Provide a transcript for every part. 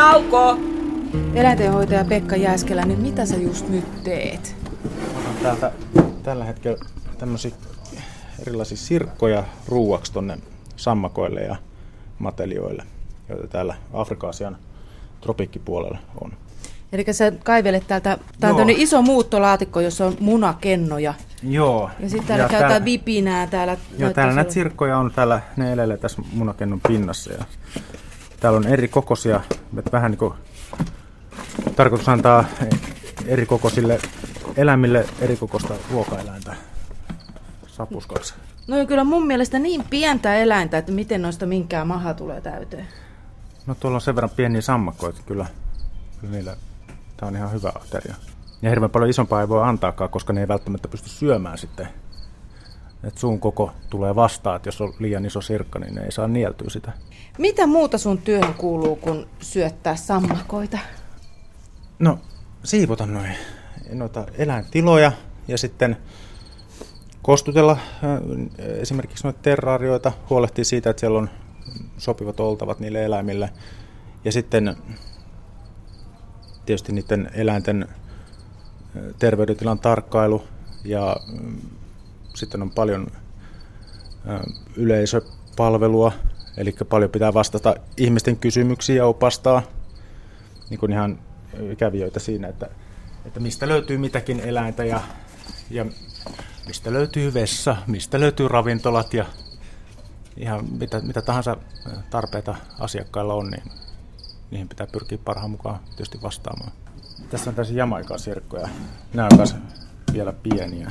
Tauko! Eläintenhoitaja Pekka Jääskeläinen, mitä sä just nyt teet? Otan täältä tällä hetkellä tämmöisiä erilaisia sirkkoja ruuaksi tonne sammakoille ja matelioille, joita täällä Afrika-Aasian tropiikkipuolella on. Eli sä kaivelet täältä, tää on tämmöinen iso muuttolaatikko, jossa on munakennoja. Joo. Ja sitten täällä käytetään vipinää. Joo, täällä näitä sirkkoja on, ne elelee tässä munakennon pinnassa. Ja täällä on eri kokoisia, vähän niin kuin tarkoitus antaa eri kokoisille eläimille eri kokoista ruokaeläintä sapuskaksi. No on kyllä mun mielestä niin pientä eläintä, että miten noista minkään maha tulee täyteen. No tuolla on sen verran pieniä sammakkoja, kyllä niillä tämä on ihan hyvä ateria. Ja hirveän paljon isompaa ei voi antaakaan, koska ne ei välttämättä pysty syömään sitten. Et suun koko tulee vastaan, että jos on liian iso sirkka, niin ne ei saa nieltyä sitä. Mitä muuta sun työhön kuuluu, kun syöttää sammakoita? No, siivota noita eläintiloja ja sitten kostutella esimerkiksi noita terraarioita, huolehtia siitä, että siellä on sopivat oltavat niille eläimille. Ja sitten tietysti niiden eläinten terveydentilan tarkkailu ja sitten on paljon yleisöpalvelua, eli paljon pitää vastata ihmisten kysymyksiin ja opastaa niin kuin ihan kävijöitä siinä, että mistä löytyy mitäkin eläintä ja mistä löytyy vessa, mistä löytyy ravintolat ja ihan mitä tahansa tarpeita asiakkailla on, niin niihin pitää pyrkiä parhaan mukaan tietysti vastaamaan. Tässä on tällaisia Jamaica-sirkkoja. Nämä on myös vielä pieniä.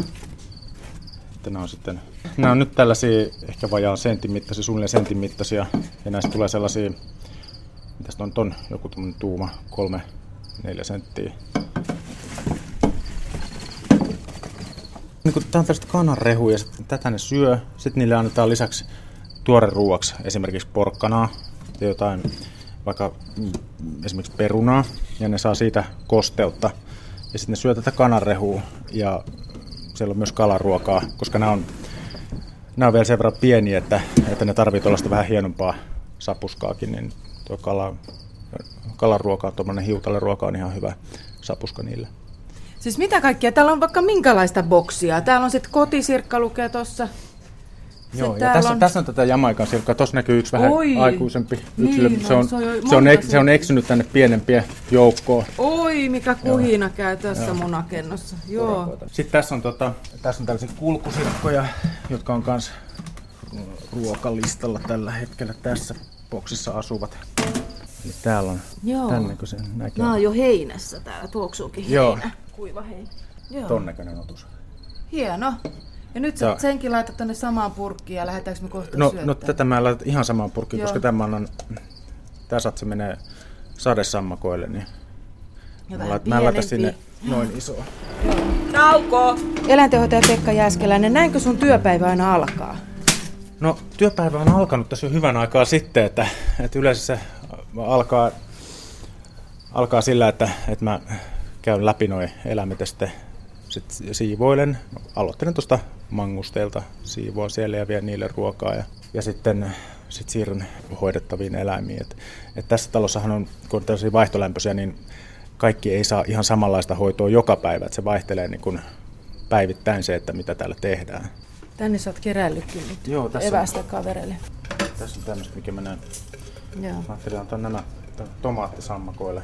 Nämä on nyt tällaisia ehkä vajaan sentin mittaisia, suunnilleen sentin mittaisia. Ja näistä tulee sellaisia, mitäs on joku tuuma, 3-4 senttiä. Tämä on tällaista kananrehua ja tätä ne syö. Sitten niille annetaan lisäksi tuoreruuaksi esimerkiksi porkkanaa ja jotain vaikka esimerkiksi perunaa ja ne saa siitä kosteutta. Ja sitten ne syö tätä kananrehua ja siellä on myös kalaruokaa, koska nämä on vielä sen verran pieniä, että ne tarvitsee tuollaista vähän hienompaa sapuskaakin, niin tuo kalaruoka, tuommoinen hiutaleruoka on ihan hyvä sapuska niille. Siis mitä kaikkea? Täällä on vaikka minkälaista boksia. Täällä on sitten kotisirkka lukee tuossa. Joo, ja tässä on tätä Jamaican sirkkaa. Tuossa näkyy yksi vähän aikuisempi yksilö. Niin, se on eksynyt tänne pienempiä joukkoon. Oi, mikä kuhina käy tässä munakennossa. Joo. Sitten tässä on tällaisia kulkusirkkoja, jotka on myös ruokalistalla tällä hetkellä tässä boksissa asuvat. Eli täällä on tämän näköisen näkö. Nämä on jo heinässä täällä, tuoksuukin heinä, kuiva heinä. Ton näköinen otus. Hieno. Ja nyt sä senkin laitat tänne samaan purkkiin ja lähdetäänkö me kohta syöttämään? No tätä mä laitan ihan samaan purkkiin, koska tässä se menee sadesammakoille, niin mä laitan sinne noin isoa. Tauko! Eläintenhoitaja Pekka Jääskeläinen, näinkö sun työpäivä aina alkaa? No työpäivä on alkanut tässä jo hyvän aikaa sitten, että yleensä se alkaa sillä, että mä käyn läpi nuo eläimet ja sitten siivoilen. Aloittelen tuosta mangusteilta, siivoan siellä ja vien niille ruokaa ja sitten siirryn hoidettaviin eläimiin. Et tässä talossahan on, kun on tällaisia vaihtolämpöisiä, niin kaikki ei saa ihan samanlaista hoitoa joka päivä. Et se vaihtelee niin kuin päivittäin se, että mitä täällä tehdään. Tänne sä oot keräillytkin nyt. Joo, evästä kavereille. Tässä on tämmöistä, mikä menee. Joo. Mä ajattelin antaa nämä tomaattisammakoille.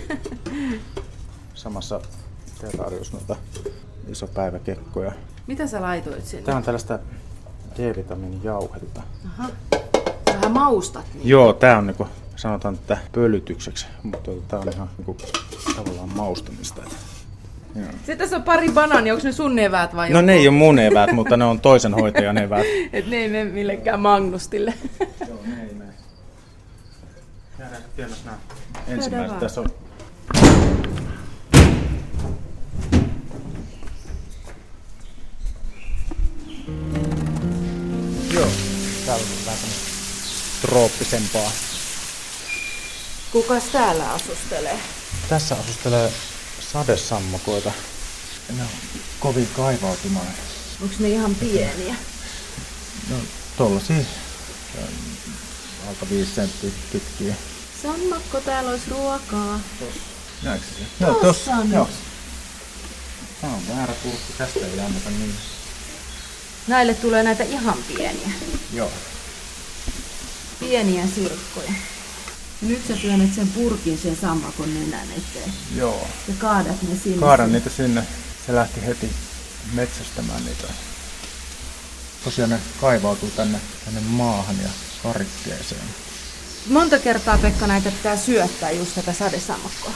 Samassa terraariossa noita isopäiväkekkoja. Mitä sä laitoit sinne? Tää on tällaista D-vitamiinijauhetta. Aha. Vähän maustat niin. Joo, tää on niinku, sanotaan että pölytykseksi, mutta tää on ihan niinku tavallaan maustamista. Sitten tässä on pari banaania, onko ne sun eväät vai joku? No ne ei ole mun eväät, mutta ne on toisen hoitajan eväät. Et ne ei mene millekään Magnustille. Joo, ne ei mene. Jäädään tiedäs nää ensimmäiset. Tässä on. Joo, täällä on vähän trooppisempaa. Kukas täällä asustelee? Tässä asustelee sadesammakoita. Ne on kovin kaivautumaan. Onko ne ihan pieniä? No tollasia alta 5 senttiä pitkiä. Sammakko, täällä olisi ruokaa. Näetkö se? Joo, tossa on. Joo. Tämä on väärä kurkku, tästä ei anneta niin. Näille tulee näitä ihan pieniä. Joo. Pieniä sirkkoja. Ja nyt sä työnnät sen purkin sen sammakon nenän eteen. Joo. Ja kaadat ne sinne. Kaadan niitä sinne. Se lähti heti metsästämään niitä. Tosiaan ne kaivautuu tänne maahan ja karikkeeseen. Monta kertaa, Pekka, näitä pitää syöttää just tätä sadesammakkoa?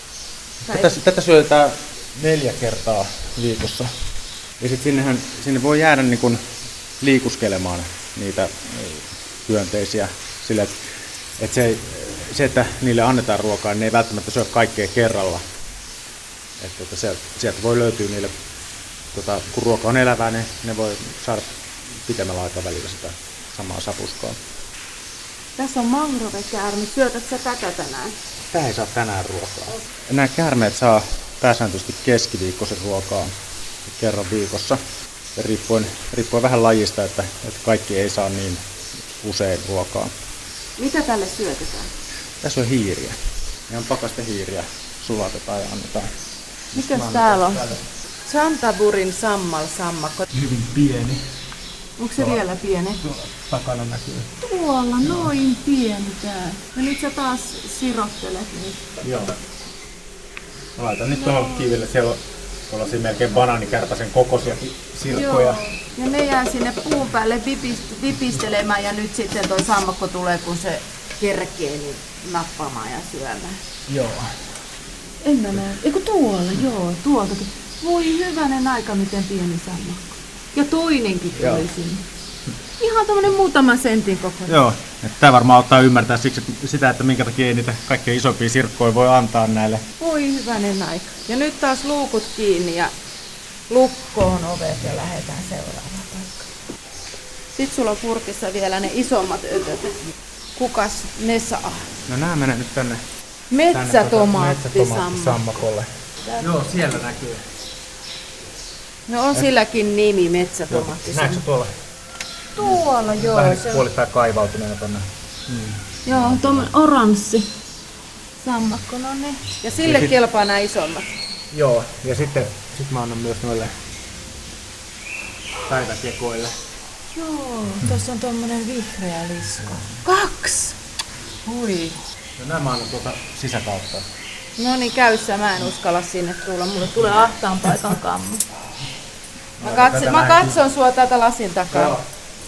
Tätä syötetään 4 kertaa viikossa. Ja sitten sinne voi jäädä niin kun liikuskelemaan niitä hyönteisiä sillä, että se, että niille annetaan ruokaa, niin ne ei välttämättä syö kaikkea kerralla. Että sieltä voi löytyä niille, kun ruoka on elävää, niin ne voi saada pitemmällä aikavälillä sitä samaa sapuskaa. Tässä on mangrovekäärme. Syötät sä tätä tänään? Tää ei saa tänään ruokaa. Nämä käärmeet saa pääsääntöisesti keskiviikkoisen ruokaa kerran viikossa. Ja riippuen vähän lajista, että kaikki ei saa niin usein ruokaa. Mitä tälle syötetään? Tässä on hiiriä. Ihan pakastehiiriä sulatetaan ja annetaan. Mikäs täällä on? Chantaburin sammalsammakko. Hyvin pieni. Onko se vielä pieni? Takana näkyy. Tuolla, noin pieni tää. Ja nyt sä taas sirottelet niitä. Joo. Mä laitan nyt tuohon kiville. Siellä on tuollaisia melkein banaanikärpäsen kokoisia sirkkoja. Joo. Ja ne jää sinne puun päälle vipistelemään ja nyt sitten toi sammakko tulee, kun se kerkee, niin nappamaan ja syömään. Joo. En mä näe. Eiku tuolla, joo, tuoltakin. Voi hyvänen aika, miten pieni sammakko. Ja toinenkin tuli sinne. Ihan tommonen muutaman sentin kokoinen. Joo, tämä varmaan auttaa ymmärtää sitä, että minkä takia ei niitä kaikkein isompia sirkkoja voi antaa näille. Voi hyvänen aika. Ja nyt taas luukut kiinni ja lukkoon ovet ja lähdetään seuraavaan paikkaan. Sitten sulla on purkissa vielä ne isommat ötöt. Kukas ne saa? No nämä menee nyt tänne. Metsätomaattisammakolle. Joo, siellä näkyy. No on silläkin nimi, metsätomaattisammakko. Näetkö tuolla? Tuolla, joo. Vähän puolittain kaivautuneena tonne. Joo, tuommoinen oranssi sammakko, no ne. Ja sille kelpaa nämä isommat. Joo, ja sitten mä annan myös noille päiväkekoille. Joo, tuossa on tommonen vihreä lisko. 2! Hui. Ja nämä annan tuolta sisäkautta. No niin, käyssä. Mä en uskalla sinne tulla. Mulle tulee ahtaan paikan kammu. Mä katson sua täältä lasin takaa. Joo.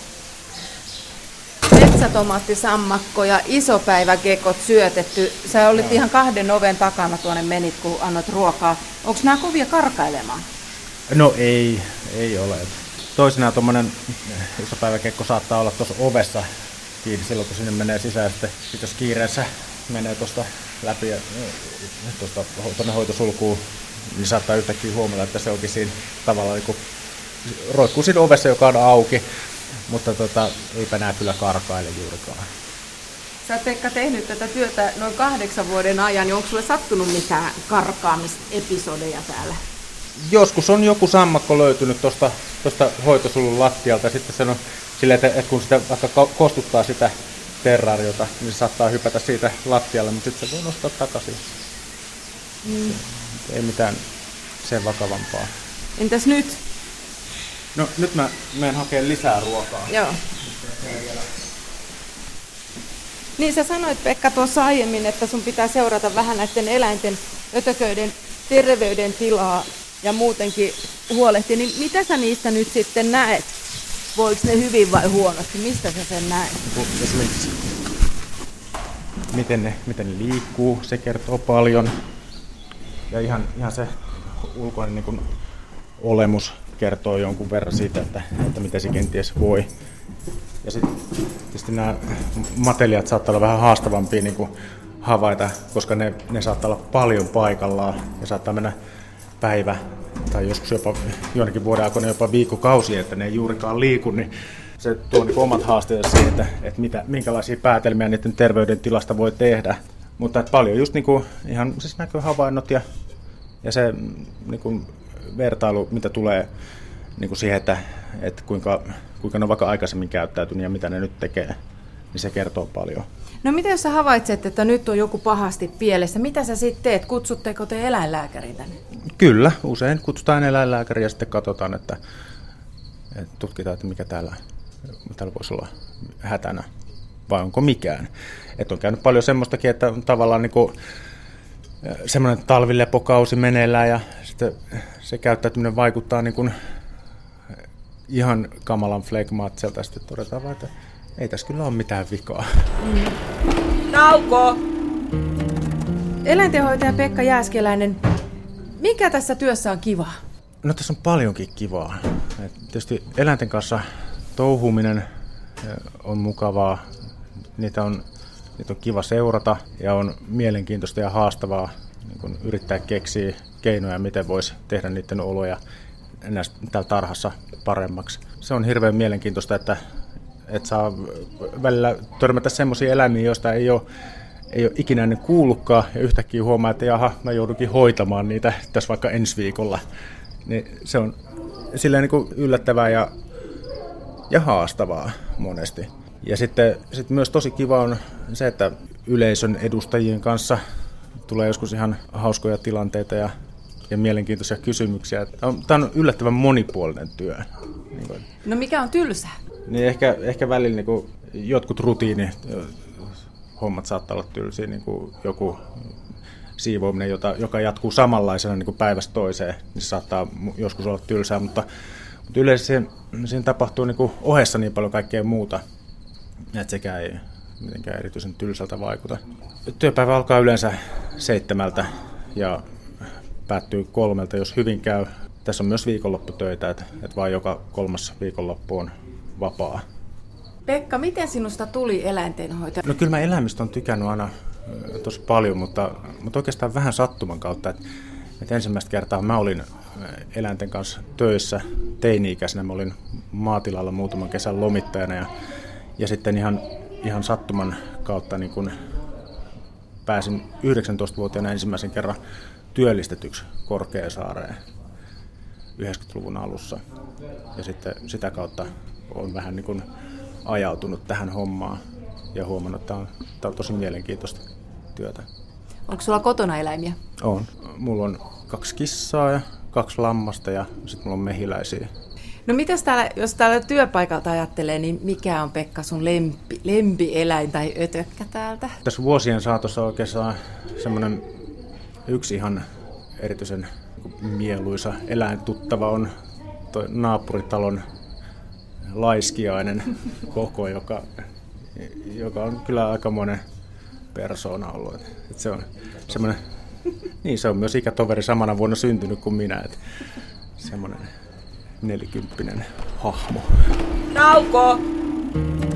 Metsätomaattisammakko ja isopäiväkekot syötetty. Sä olit ihan 2 oven takana tuonne menit, kun annoit ruokaa. Onko nämä kovia karkailemaan? No ei ole. Toisinaan tuommoinen isopäiväkekko saattaa olla tuossa ovessa kiinni silloin, kun sinne menee sisään. Sitten jos kiireessä menee tuosta läpi ja tuonne hoitosulkuun, niin saattaa yhtäkkiä huomata, että se onkin siinä tavallaan niin roikkuu siinä ovessa, joka on auki. Mutta eipä nää kyllä karkaile juurikaan. Sä oot, Pekka, tehnyt tätä työtä noin 8 vuoden ajan, niin onko sulle sattunut mitään karkaamisepisodeja täällä? Joskus on joku sammakko löytynyt tuosta hoitosulun lattialta, ja sitten se on silleen, että kun sitä vaikka kostuttaa sitä terrariota, niin se saattaa hypätä siitä lattialle, mutta sitten se voi nostaa takaisin. Ei mitään sen vakavampaa. Entäs nyt? No nyt mä menen hakemaan lisää ruokaa. Joo. Niin sä sanoit, Pekka, tuossa aiemmin, että sun pitää seurata vähän näiden eläinten ötököiden terveydentilaa ja muutenkin huolehtia. Niin mitä sä niistä nyt sitten näet? Voiko ne hyvin vai huonosti? Mistä sä sen näet? Esimerkiksi miten ne liikkuu, se kertoo paljon. Ja ihan se ulkoinen niin kuin olemus kertoo jonkun verran siitä, että miten se kenties voi. Ja sitten tietysti nämä matelijat saattaa olla vähän haastavampia niin kuin havaita, koska ne saattaa olla paljon paikallaan ja saattaa mennä päivä tai joskus jopa jonnekin vuoden aikoina jopa viikkokausia, että ne ei juurikaan liiku, niin se tuo niin omat haasteensa siihen, että minkälaisia päätelmiä niiden terveydentilasta voi tehdä. Mutta että paljon just niin kuin ihan siis näköhavainnot ja se niin kuin vertailu, mitä tulee niin kuin siihen, että kuinka ne on vaikka aikaisemmin käyttäytynyt ja mitä ne nyt tekee, niin se kertoo paljon. No miten jos sä havaitset, että nyt on joku pahasti pielessä, mitä sä sitten teet? Kutsutteko te eläinlääkärin tänne? Kyllä, usein kutsutaan eläinlääkäriä ja sitten katsotaan, että tutkitaan, että mikä täällä voisi olla hätänä vai onko mikään. Että on käynyt paljon semmoistakin, että tavallaan niin semmoinen talvilepokausi meneillään ja sitten se käyttäytyminen vaikuttaa niin kuin ihan kamalan flegmaattiselta ja sitten todetaan vaan, että ei tässä kyllä ole mitään vikaa. Tauko! Eläintenhoitaja Pekka Jääskeläinen, mikä tässä työssä on kivaa? No tässä on paljonkin kivaa. Tietysti eläinten kanssa touhuminen on mukavaa. Niitä on kiva seurata ja on mielenkiintoista ja haastavaa niin kun yrittää keksiä keinoja, miten voisi tehdä niiden oloja täällä tarhassa paremmaksi. Se on hirveän mielenkiintoista, että saa välillä törmätä semmoisia eläimiä, joista ei ole ikinä ennen kuullutkaan ja yhtäkkiä huomaa, että jaha, mä joudunkin hoitamaan niitä tässä vaikka ensi viikolla. Niin se on silleen niin kuin yllättävää ja haastavaa monesti. Ja sitten myös tosi kiva on se, että yleisön edustajien kanssa tulee joskus ihan hauskoja tilanteita ja mielenkiintoisia kysymyksiä. Tämä on yllättävän monipuolinen työ. No mikä on tylsää? Niin ehkä välillä niin kuin jotkut rutiinihommat saattaa olla tylsiä, niin kuin joku siivoaminen, joka jatkuu samanlaisena niin kuin päivästä toiseen, niin saattaa joskus olla tylsää, mutta yleensä siinä tapahtuu niin kuin ohessa niin paljon kaikkea muuta, että sekään ei mitenkään erityisen tylsältä vaikuta. Työpäivä alkaa yleensä 7 ja päättyy 3, jos hyvin käy. Tässä on myös viikonlopputöitä, että vain joka 3. viikonloppu on vapaa. Pekka, miten sinusta tuli eläintenhoitaja? No kyllä mä eläimistä on tykännyt aina tosi paljon, mutta oikeastaan vähän sattuman kautta. Että ensimmäistä kertaa mä olin eläinten kanssa töissä teini-ikäisenä. Mä olin maatilalla muutaman kesän lomittajana ja sitten ihan sattuman kautta niin kun pääsin 19-vuotiaana ensimmäisen kerran työllistetyksi Korkeasaareen 90-luvun alussa. Ja sitten sitä kautta olen vähän niin kuin ajautunut tähän hommaan ja huomannut, että tämä on tosi mielenkiintoista työtä. Onko sulla kotona eläimiä? On. Mulla on 2 kissaa ja 2 lammasta ja sitten mulla on mehiläisiä. No mitäs jos täällä työpaikalta ajattelee, niin mikä on Pekka sun lempieläin tai ötökkä täältä? Tässä vuosien saatossa oikeastaan semmoinen yksi ihan erityisen mieluisa eläintuttava on toi naapuritalon laiskiainen koko, joka on kyllä aikamoinen persoona ollut. Et se on semmoinen, niin se on myös ikätoveri samana vuonna syntynyt kuin minä, että semmoinen 40 hahmo. Tauko!